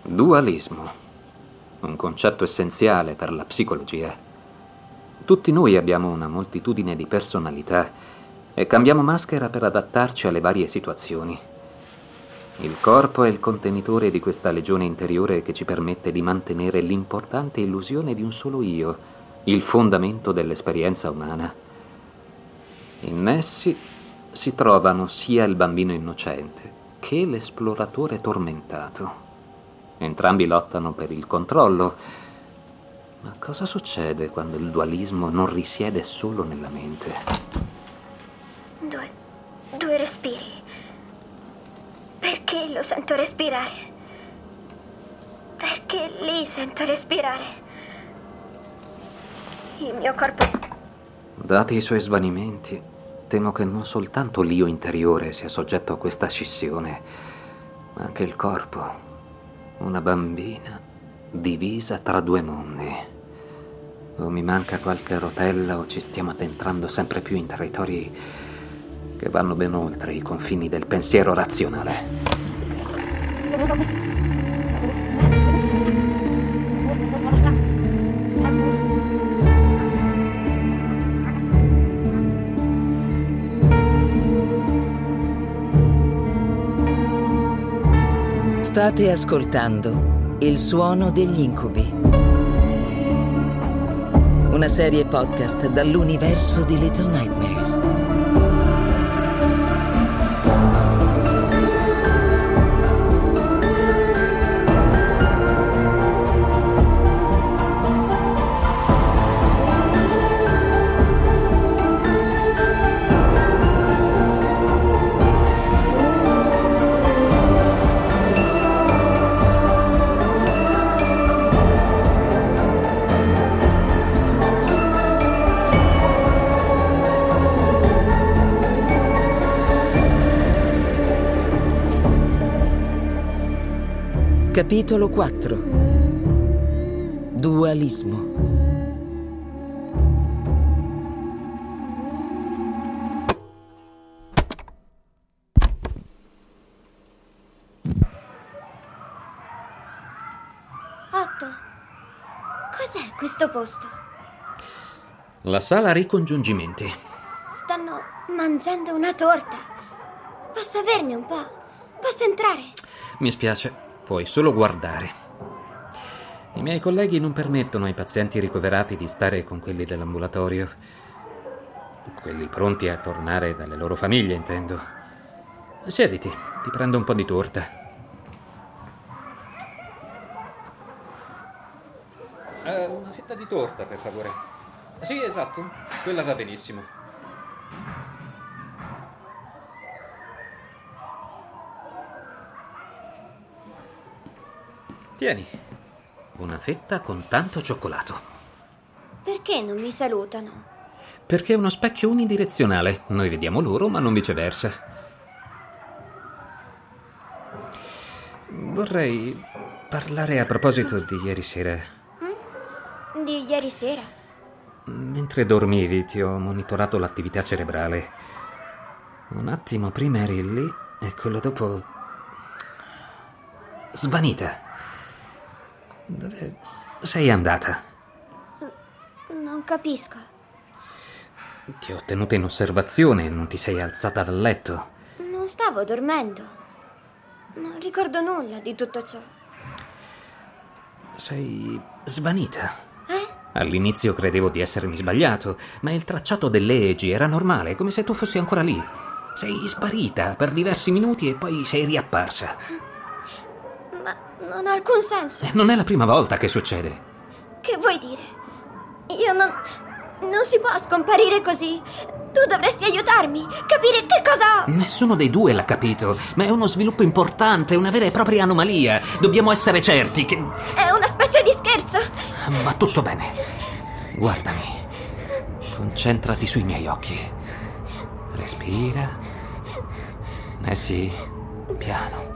Dualismo, un concetto essenziale per la psicologia. Tutti noi abbiamo una moltitudine di personalità e cambiamo maschera per adattarci alle varie situazioni. Il corpo è il contenitore di questa legione interiore che ci permette di mantenere l'importante illusione di un solo io, il fondamento dell'esperienza umana. In essi si trovano sia il bambino innocente che l'esploratore tormentato. Entrambi lottano per il controllo. Ma cosa succede quando il dualismo non risiede solo nella mente? Due respiri. Perché lo sento respirare? Perché lì sento respirare? Il mio corpo... Dati i suoi svanimenti, temo che non soltanto l'io interiore sia soggetto a questa scissione, ma anche il corpo. Una bambina divisa tra due mondi. O mi manca qualche rotella o ci stiamo addentrando sempre più in territori che vanno ben oltre i confini del pensiero razionale. State ascoltando Il suono degli incubi, una serie podcast dall'universo di Little Nightmares. Capitolo 4. Dualismo. Otto, cos'è questo posto? La sala ricongiungimenti. Stanno mangiando una torta. Posso averne un po'? Posso entrare? Mi spiace. Puoi solo guardare. I miei colleghi non permettono ai pazienti ricoverati di stare con quelli dell'ambulatorio. Quelli pronti a tornare dalle loro famiglie, intendo. Siediti, ti prendo un po' di torta. Una fetta di torta, per favore. Sì, esatto. Quella va benissimo. Tieni, una fetta con tanto cioccolato. Perché non mi salutano? Perché è uno specchio unidirezionale. Noi vediamo loro, ma non viceversa. Vorrei parlare a proposito di ieri sera. Di ieri sera? Mentre dormivi ti ho monitorato l'attività cerebrale. Un attimo prima eri lì e quello dopo... svanita. Dove sei andata? Non capisco. Ti ho tenuta in osservazione e non ti sei alzata dal letto. Non stavo dormendo. Non ricordo nulla di tutto ciò. Sei svanita. All'inizio credevo di essermi sbagliato, ma il tracciato delle egi era normale, come se tu fossi ancora lì. Sei sparita per diversi minuti e poi sei riapparsa. Ma non ha alcun senso. Non è la prima volta che succede. Che vuoi dire? Io non si può scomparire così. Tu dovresti aiutarmi, capire che cosa ho. Nessuno dei due l'ha capito, ma è uno sviluppo importante, una vera e propria anomalia. Dobbiamo essere certi che... È una specie di scherzo. Va tutto bene. Guardami. Concentrati sui miei occhi. Respira. Sì, piano.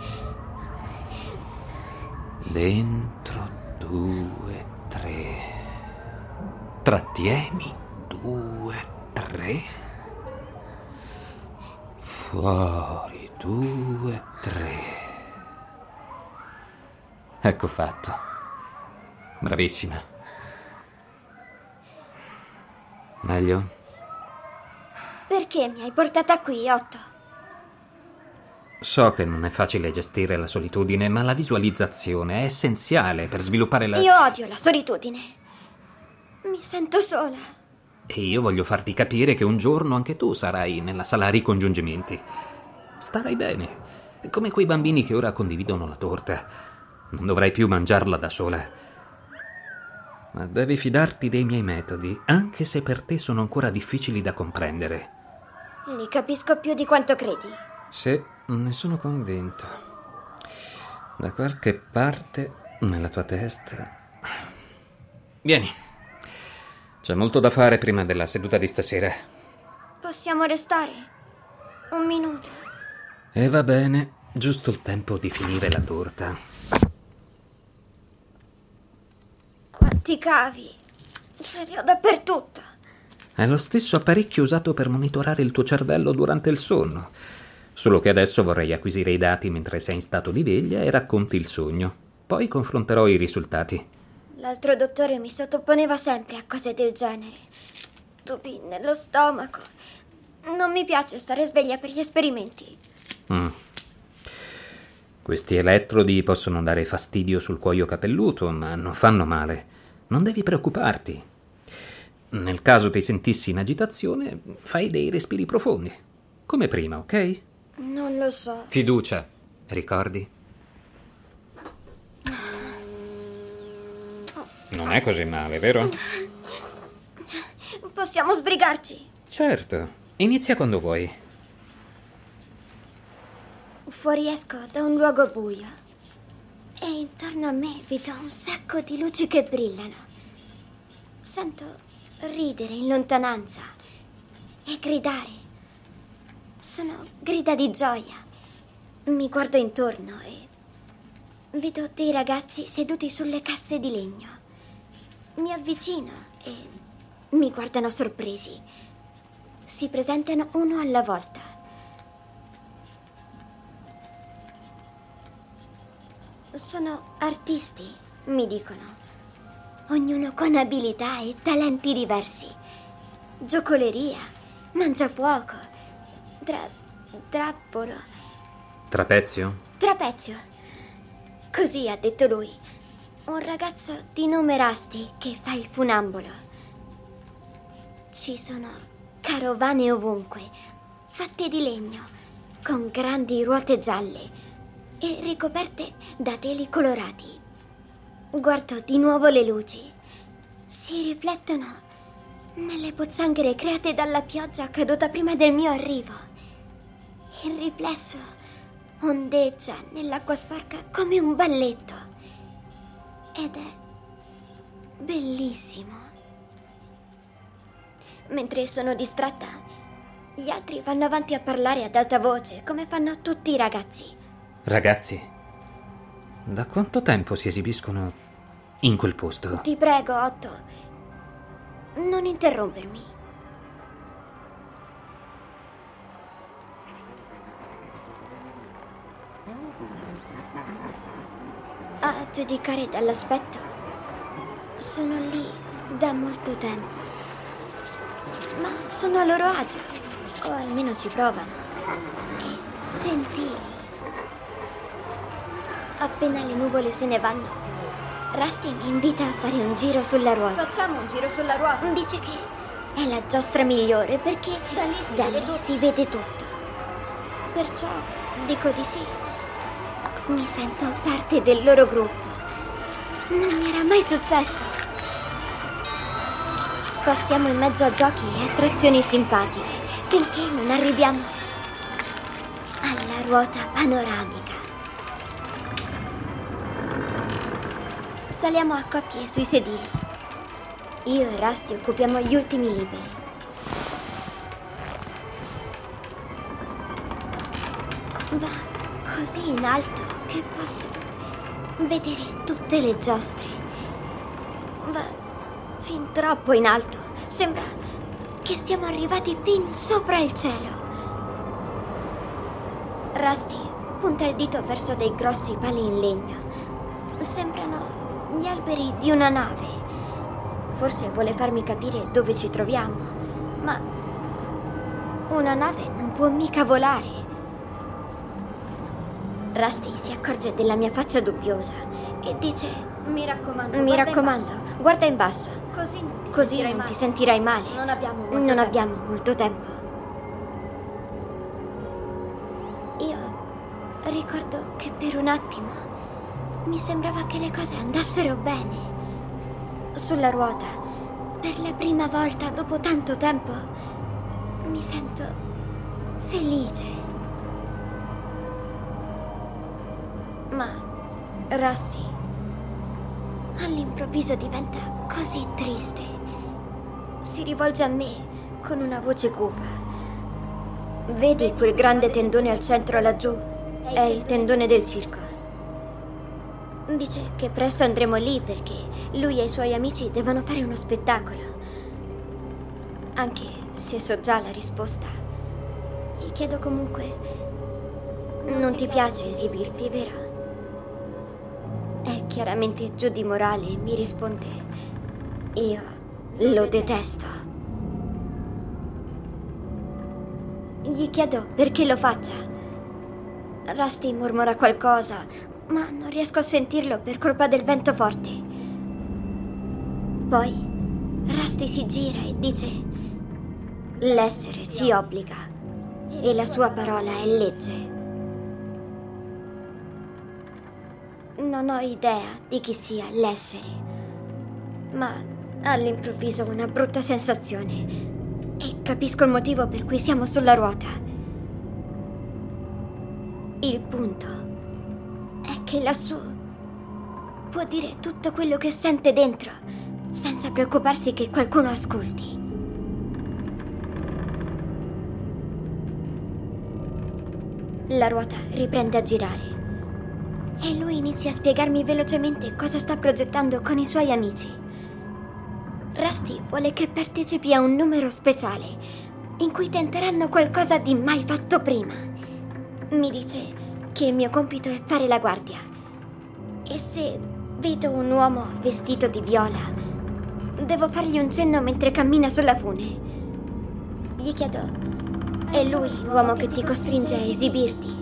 Dentro 2, 3. Trattieni 2, 3. Fuori 2, 3. Ecco fatto. Bravissima. Meglio? Perché mi hai portata qui, Otto? So che non è facile gestire la solitudine, ma la visualizzazione è essenziale per sviluppare la... Io odio la solitudine. Mi sento sola. E io voglio farti capire che un giorno anche tu sarai nella sala ricongiungimenti. Starai bene, come quei bambini che ora condividono la torta. Non dovrai più mangiarla da sola. Ma devi fidarti dei miei metodi, anche se per te sono ancora difficili da comprendere. Li capisco più di quanto credi. Sì, ne sono convinto. Da qualche parte nella tua testa... Vieni. C'è molto da fare prima della seduta di stasera. Possiamo restare? Un minuto. E va bene, giusto il tempo di finire la torta. Quanti cavi. Ce li ho dappertutto. È lo stesso apparecchio usato per monitorare il tuo cervello durante il sonno. Solo che adesso vorrei acquisire i dati mentre sei in stato di veglia e racconti il sogno. Poi confronterò i risultati. L'altro dottore mi sottoponeva sempre a cose del genere. Tubi nello stomaco. Non mi piace stare sveglia per gli esperimenti. Questi elettrodi possono dare fastidio sul cuoio capelluto, ma non fanno male. Non devi preoccuparti. Nel caso ti sentissi in agitazione, fai dei respiri profondi. Come prima, ok? Non lo so. Fiducia, ricordi? Non è così male, vero? Possiamo sbrigarci. Certo, inizia quando vuoi. Fuoriesco da un luogo buio e intorno a me vedo un sacco di luci che brillano. Sento ridere in lontananza e gridare. Sono grida di gioia. Mi guardo intorno e vedo dei ragazzi seduti sulle casse di legno. Mi avvicino e mi guardano sorpresi. Si presentano uno alla volta. Sono artisti, mi dicono. Ognuno con abilità e talenti diversi. Giocoleria, mangiafuoco, trappolo. Trapezio? Trapezio. Così ha detto lui. Un ragazzo di nome Rusty che fa il funambolo. Ci sono carovane ovunque, fatte di legno, con grandi ruote gialle e ricoperte da teli colorati. Guardo di nuovo le luci. Si riflettono nelle pozzanghere create dalla pioggia caduta prima del mio arrivo. Il riflesso ondeggia nell'acqua sporca come un balletto. Ed è bellissimo. Mentre sono distratta, gli altri vanno avanti a parlare ad alta voce, come fanno tutti i ragazzi. Ragazzi, da quanto tempo si esibiscono in quel posto? Ti prego, Otto, non interrompermi. A giudicare dall'aspetto, sono lì da molto tempo. Ma sono a loro agio, o almeno ci provano. E gentili. Appena le nuvole se ne vanno, Rusty mi invita a fare un giro sulla ruota. Facciamo un giro sulla ruota. Dice che è la giostra migliore perché da lì si vede tutto. Perciò dico di sì. Mi sento parte del loro gruppo. Non mi era mai successo. Passiamo in mezzo a giochi e attrazioni simpatiche finché non arriviamo alla ruota panoramica. Saliamo a coppie sui sedili. Io e Rusty occupiamo gli ultimi liberi. Va così in alto che posso vedere tutte le giostre. Va fin troppo in alto. Sembra che siamo arrivati fin sopra il cielo. Rusty punta il dito verso dei grossi pali in legno. Sembrano gli alberi di una nave. Forse vuole farmi capire dove ci troviamo, ma una nave non può mica volare. Rusty si accorge della mia faccia dubbiosa e dice: Mi raccomando, guarda in basso. Così Non ti sentirai male. Non abbiamo molto tempo. Io ricordo che per un attimo mi sembrava che le cose andassero bene. Sulla ruota, per la prima volta dopo tanto tempo, mi sento felice. Ma Rusty all'improvviso diventa così triste. Si rivolge a me con una voce cupa. Vedi quel grande tendone al centro laggiù? È il tendone del circo. Dice che presto andremo lì perché lui e i suoi amici devono fare uno spettacolo. Anche se so già la risposta, gli chiedo comunque: non ti piace esibirti, vero? È chiaramente giù di morale e mi risponde: io lo detesto. Gli chiedo perché lo faccia. Rusty mormora qualcosa, ma non riesco a sentirlo per colpa del vento forte. Poi Rusty si gira e dice: l'essere ci obbliga e la sua parola è legge. Non ho idea di chi sia l'essere, ma all'improvviso una brutta sensazione e capisco il motivo per cui siamo sulla ruota. Il punto è che lassù può dire tutto quello che sente dentro senza preoccuparsi che qualcuno ascolti. La ruota riprende a girare e lui inizia a spiegarmi velocemente cosa sta progettando con i suoi amici. Rusty vuole che partecipi a un numero speciale in cui tenteranno qualcosa di mai fatto prima. Mi dice che il mio compito è fare la guardia e se vedo un uomo vestito di viola devo fargli un cenno mentre cammina sulla fune. Gli chiedo: è lui l'uomo che ti costringe a esibirti?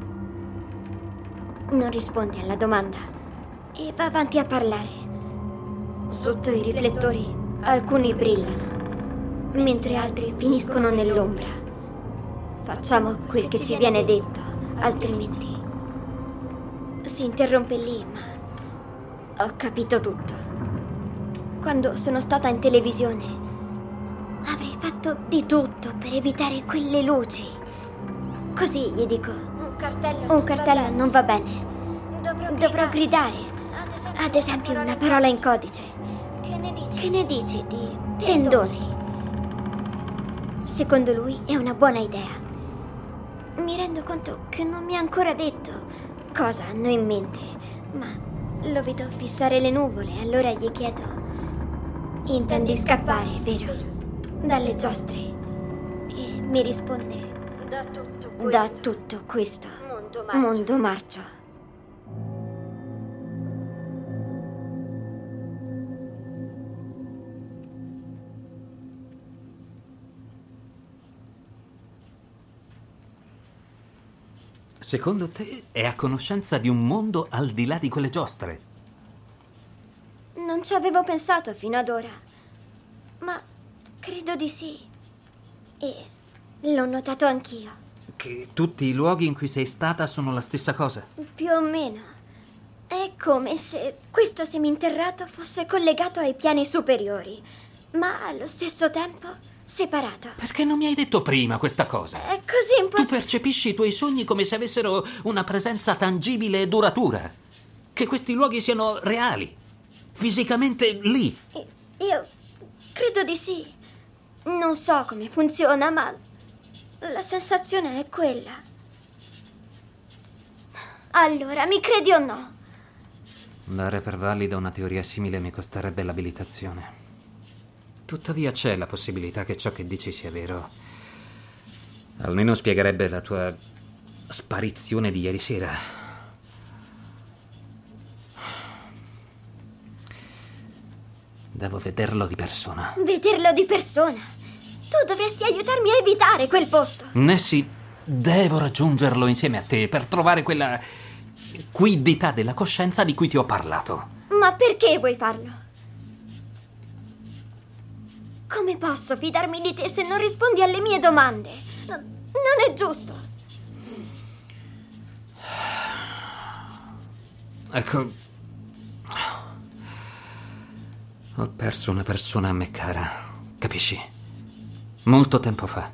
Non risponde alla domanda e va avanti a parlare. Sotto i riflettori alcuni brillano, mentre altri finiscono nell'ombra. Facciamo quel che ci viene detto, altrimenti... Si interrompe lì, ma ho capito tutto. Quando sono stata in televisione avrei fatto di tutto per evitare quelle luci. Così gli dico: un cartello non va bene. Dovrò gridare. Ad esempio una parola in codice. Che ne dici di tendoni? Secondo lui è una buona idea. Mi rendo conto che non mi ha ancora detto cosa hanno in mente, ma lo vedo fissare le nuvole, allora gli chiedo: intendi scappare, vero? Dalle giostre? E mi risponde: da tutto questo mondo marcio. Secondo te è a conoscenza di un mondo al di là di quelle giostre? Non ci avevo pensato fino ad ora, ma credo di sì. E l'ho notato anch'io. Che tutti i luoghi in cui sei stata sono la stessa cosa? Più o meno. È come se questo seminterrato fosse collegato ai piani superiori, ma allo stesso tempo separato. Perché non mi hai detto prima questa cosa? È così Tu importante. percepisci i tuoi sogni come se avessero una presenza tangibile e duratura. Che questi luoghi siano reali, fisicamente lì. Io credo di sì. Non so come funziona, ma la sensazione è quella. Allora, mi credi o no? Dare per valida una teoria simile mi costerebbe l'abilitazione. Tuttavia c'è la possibilità che ciò che dici sia vero. Almeno spiegherebbe la tua sparizione di ieri sera. Devo vederlo di persona. Vederlo di persona? Tu dovresti aiutarmi a evitare quel posto. Nessie, devo raggiungerlo insieme a te per trovare quella quiddità della coscienza di cui ti ho parlato. Ma perché vuoi farlo? Come posso fidarmi di te se non rispondi alle mie domande? Non è giusto. Ecco, ho perso una persona a me cara, capisci? Molto tempo fa.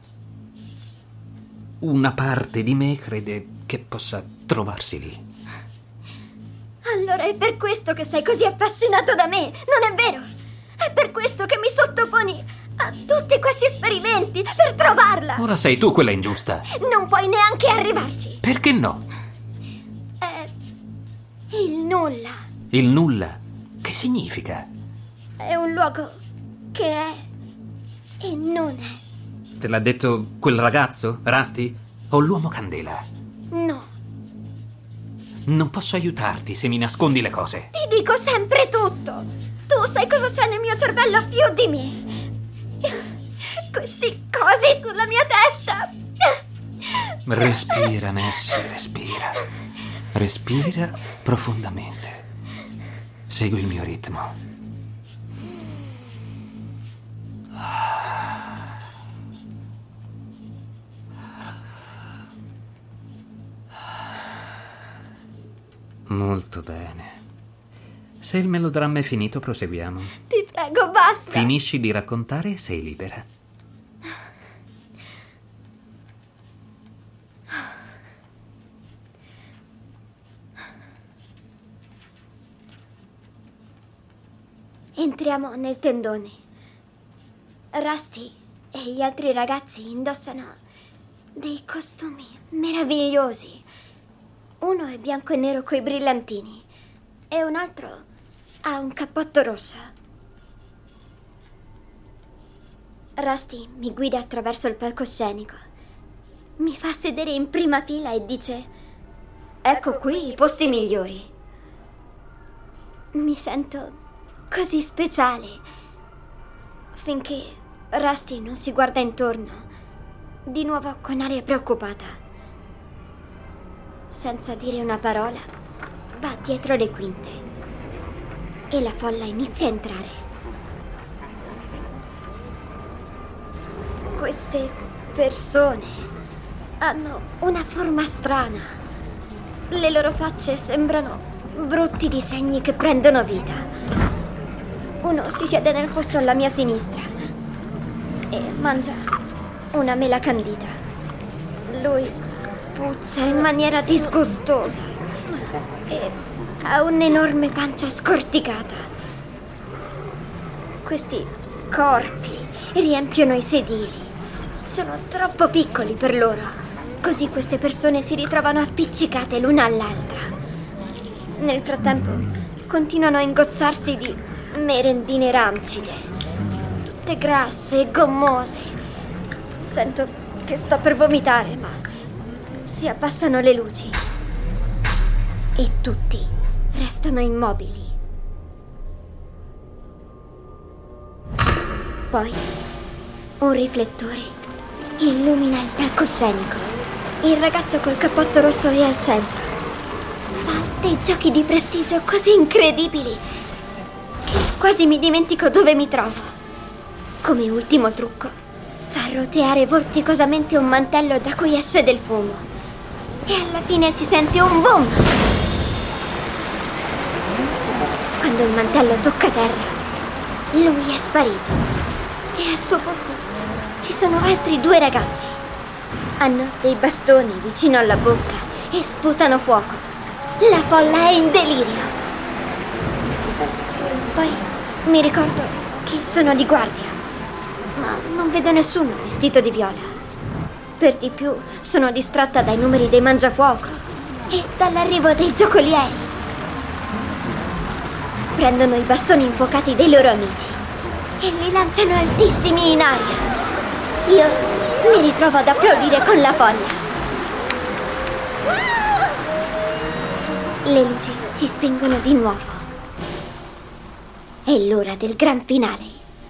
Una parte di me crede che possa trovarsi lì. Allora è per questo che sei così affascinato da me, non è vero? È per questo che mi sottoponi a tutti questi esperimenti per trovarla. Ora sei tu quella ingiusta. Non puoi neanche arrivarci. Perché no? È il nulla. Il nulla? Che significa? È un luogo che è e non è. Te l'ha detto quel ragazzo, Rusty? O l'uomo candela? No. Non posso aiutarti se mi nascondi le cose. Ti dico sempre tutto. Tu sai cosa c'è nel mio cervello più di me. Questi cosi sulla mia testa. Respira, Nessie, respira. Respira profondamente. Segui il mio ritmo. Molto bene. Se il melodramma è finito, proseguiamo. Ti prego, basta. Finisci di raccontare e sei libera. Entriamo nel tendone. Rusty e gli altri ragazzi indossano dei costumi meravigliosi. Uno è bianco e nero coi brillantini e un altro ha un cappotto rosso. Rusty mi guida attraverso il palcoscenico. Mi fa sedere in prima fila e dice: ecco qui i posti migliori. Mi sento così speciale finché Rusty non si guarda intorno, di nuovo con aria preoccupata. Senza dire una parola, va dietro le quinte e la folla inizia a entrare. Queste persone hanno una forma strana. Le loro facce sembrano brutti disegni che prendono vita. Uno si siede nel posto alla mia sinistra e mangia una mela candita. Lui puzza in maniera disgustosa e ha un'enorme pancia scorticata. Questi corpi riempiono i sedili. Sono troppo piccoli per loro, così queste persone si ritrovano appiccicate l'una all'altra. Nel frattempo continuano a ingozzarsi di merendine rancide, tutte grasse e gommose. Sento che sto per vomitare, ma si abbassano le luci e tutti restano immobili. Poi un riflettore illumina il palcoscenico. Il ragazzo col cappotto rosso è al centro. Fa dei giochi di prestigio così incredibili che quasi mi dimentico dove mi trovo. Come ultimo trucco, fa roteare vorticosamente un mantello da cui esce del fumo. E alla fine si sente un boom. Quando il mantello tocca terra, lui è sparito. E al suo posto ci sono altri 2 ragazzi. Hanno dei bastoni vicino alla bocca e sputano fuoco. La folla è in delirio. Poi mi ricordo che sono di guardia, ma non vedo nessuno vestito di viola. Per di più sono distratta dai numeri dei mangiafuoco e dall'arrivo dei giocolieri. Prendono i bastoni infuocati dei loro amici e li lanciano altissimi in aria. Io mi ritrovo ad applaudire con la folla. Le luci si spengono di nuovo È l'ora del gran finale.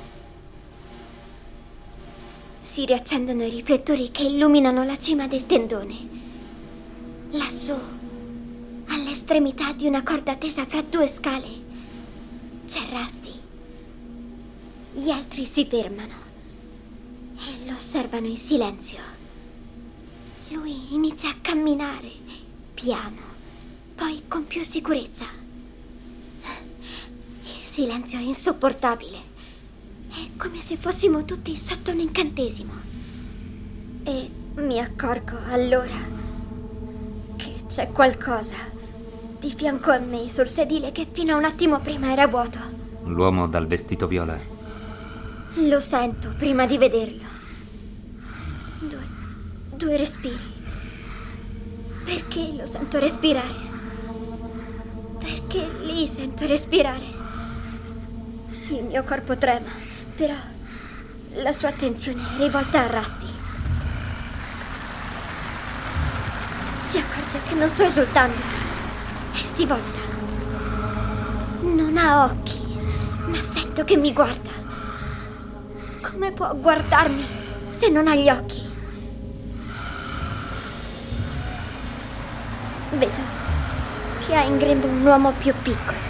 Si riaccendono i riflettori che illuminano la cima del tendone. Lassù, all'estremità di una corda tesa fra due scale, c'è Rusty. Gli altri si fermano e lo osservano in silenzio. Lui inizia a camminare, piano, poi con più sicurezza. Il silenzio è insopportabile. È come se fossimo tutti sotto un incantesimo. E mi accorgo allora che c'è qualcosa di fianco a me sul sedile che fino a un attimo prima era vuoto. L'uomo dal vestito viola. Lo sento prima di vederlo. Due respiri. Perché lo sento respirare? Perché lì sento respirare? Il mio corpo trema, però la sua attenzione è rivolta a Rusty. Si accorge che non sto esultando e si volta. Non ha occhi, ma sento che mi guarda. Come può guardarmi se non ha gli occhi? Vedo che ha in grembo un uomo più piccolo.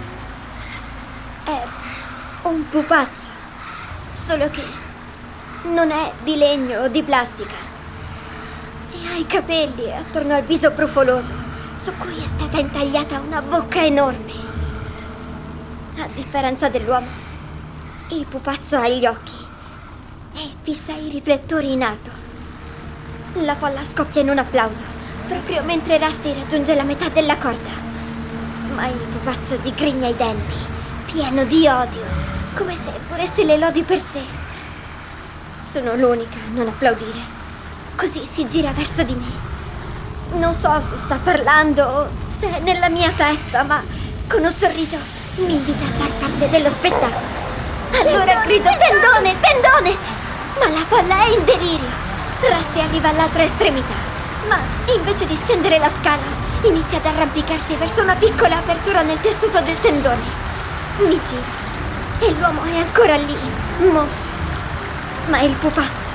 È un pupazzo, solo che non è di legno o di plastica. E ha i capelli attorno al viso brufoloso, su cui è stata intagliata una bocca enorme. A differenza dell'uomo, il pupazzo ha gli occhi e fissa i riflettori in alto. La folla scoppia in un applauso, proprio mentre Rusty raggiunge la metà della corda. Ma il pupazzo digrigna i denti, pieno di odio, come se volesse le lodi per sé. Sono l'unica a non applaudire. Così si gira verso di me. Non so se sta parlando o se è nella mia testa, ma con un sorriso mi invita a far parte dello spettacolo. Allora grido: tendone, tendone! Ma la folla è in delirio. Rusty arriva all'altra estremità, ma invece di scendere la scala inizia ad arrampicarsi verso una piccola apertura nel tessuto del tendone. Mi giro e l'uomo è ancora lì, mosso. Ma il pupazzo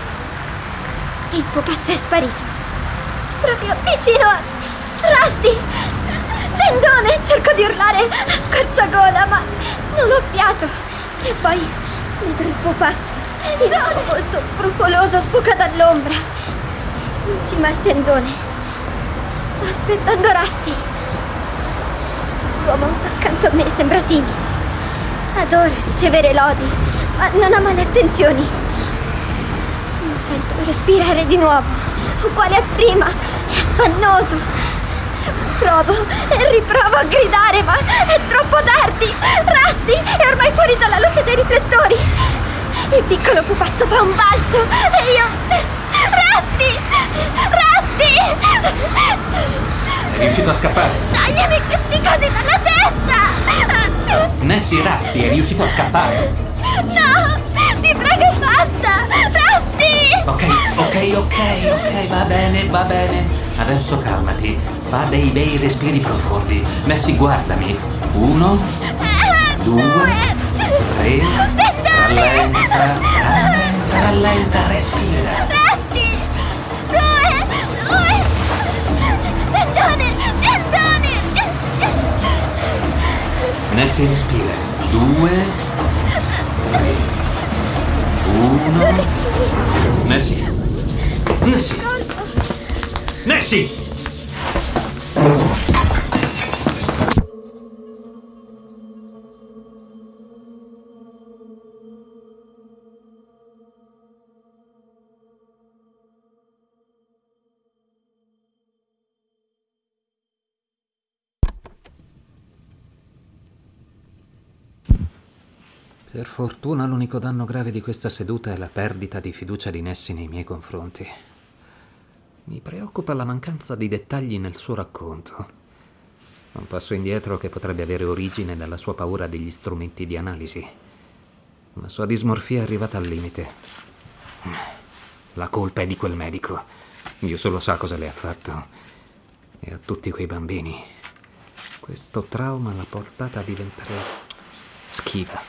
è sparito, proprio vicino a Rusty. Tendone! Cerco di urlare a squarciagola, ma non ho fiato. E poi vedo il pupazzo, il suo volto brufoloso sbuca dall'ombra. In cima al tendone sta aspettando Rusty. L'uomo accanto a me sembra timido. Adora ricevere lodi, ma non ha male attenzioni. Lo sento respirare di nuovo, uguale a prima, è affannoso. Provo e riprovo a gridare, ma è troppo tardi. Rusty è ormai fuori dalla luce dei riflettori. Il piccolo pupazzo fa un balzo e io... Rusty! Rusty! È riuscito a scappare? Tagliami questi cosi dalla testa! Nessie, Rusty è riuscito a scappare. No! Ti prego, basta! Rusty! Ok, va bene. Adesso calmati, fa dei bei respiri profondi. Nessie, guardami. 1, 2, 3. Rallenta, respira. Rusty! 2! Tendone! Nessie, respira. 2, 3, 1. Nessie! Per fortuna l'unico danno grave di questa seduta è la perdita di fiducia di Nessie nei miei confronti. Mi preoccupa la mancanza di dettagli nel suo racconto. Un passo indietro che potrebbe avere origine dalla sua paura degli strumenti di analisi. La sua dismorfia è arrivata al limite. La colpa è di quel medico. Dio solo sa cosa le ha fatto. E a tutti quei bambini. Questo trauma l'ha portata a diventare Schiva.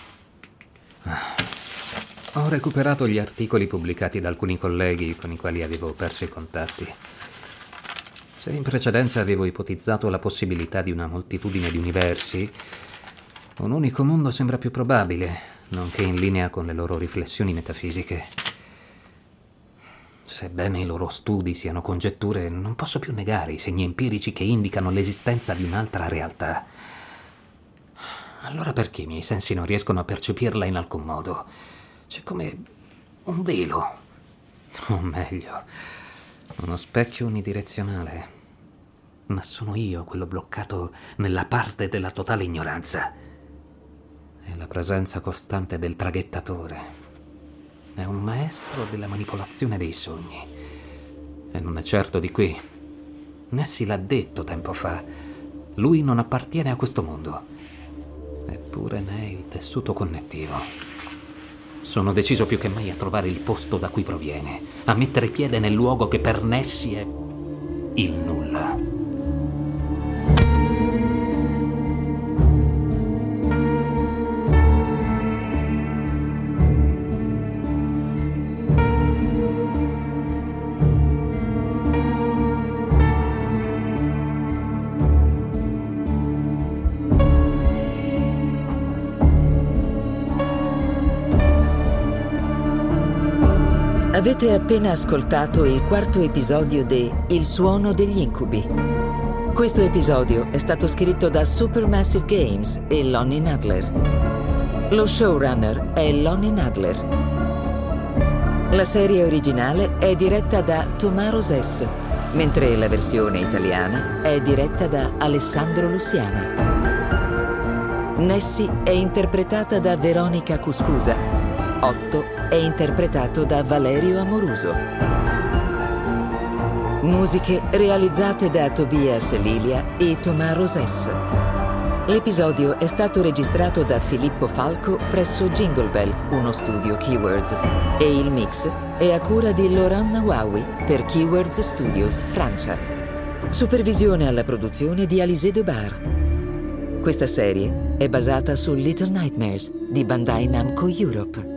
Ho recuperato gli articoli pubblicati da alcuni colleghi con i quali avevo perso i contatti. Se in precedenza avevo ipotizzato la possibilità di una moltitudine di universi, un unico mondo sembra più probabile, nonché in linea con le loro riflessioni metafisiche. Sebbene i loro studi siano congetture, non posso più negare i segni empirici che indicano l'esistenza di un'altra realtà. Allora perché i miei sensi non riescono a percepirla in alcun modo? C'è come un velo, o meglio, uno specchio unidirezionale. Ma sono io quello bloccato nella parte della totale ignoranza. È la presenza costante del traghettatore. È un maestro della manipolazione dei sogni. E non è certo di qui. Nessi l'ha detto tempo fa. Lui non appartiene a questo mondo. Eppure ne è il tessuto connettivo. Sono deciso più che mai a trovare il posto da cui proviene, a mettere piede nel luogo che per Nessi è il nulla. Avete appena ascoltato il quarto episodio di Il suono degli incubi. Questo episodio è stato scritto da Supermassive Games e Lonnie Nadler. Lo showrunner è Lonnie Nadler. La serie originale è diretta da Tommaso Zess, mentre la versione italiana è diretta da Alessandro Luciana. Nessi è interpretata da Veronica Cuscusa. Otto è interpretato da Valerio Amoruso. Musiche realizzate da Tobias Lilia e Tommaso Zess. L'episodio è stato registrato da Filippo Falco presso Jingle Bell, uno studio Keywords, e il mix è a cura di Laurent Nawawi per Keywords Studios Francia. Supervisione alla produzione di Alizé Debar. Questa serie è basata su Little Nightmares di Bandai Namco Europe.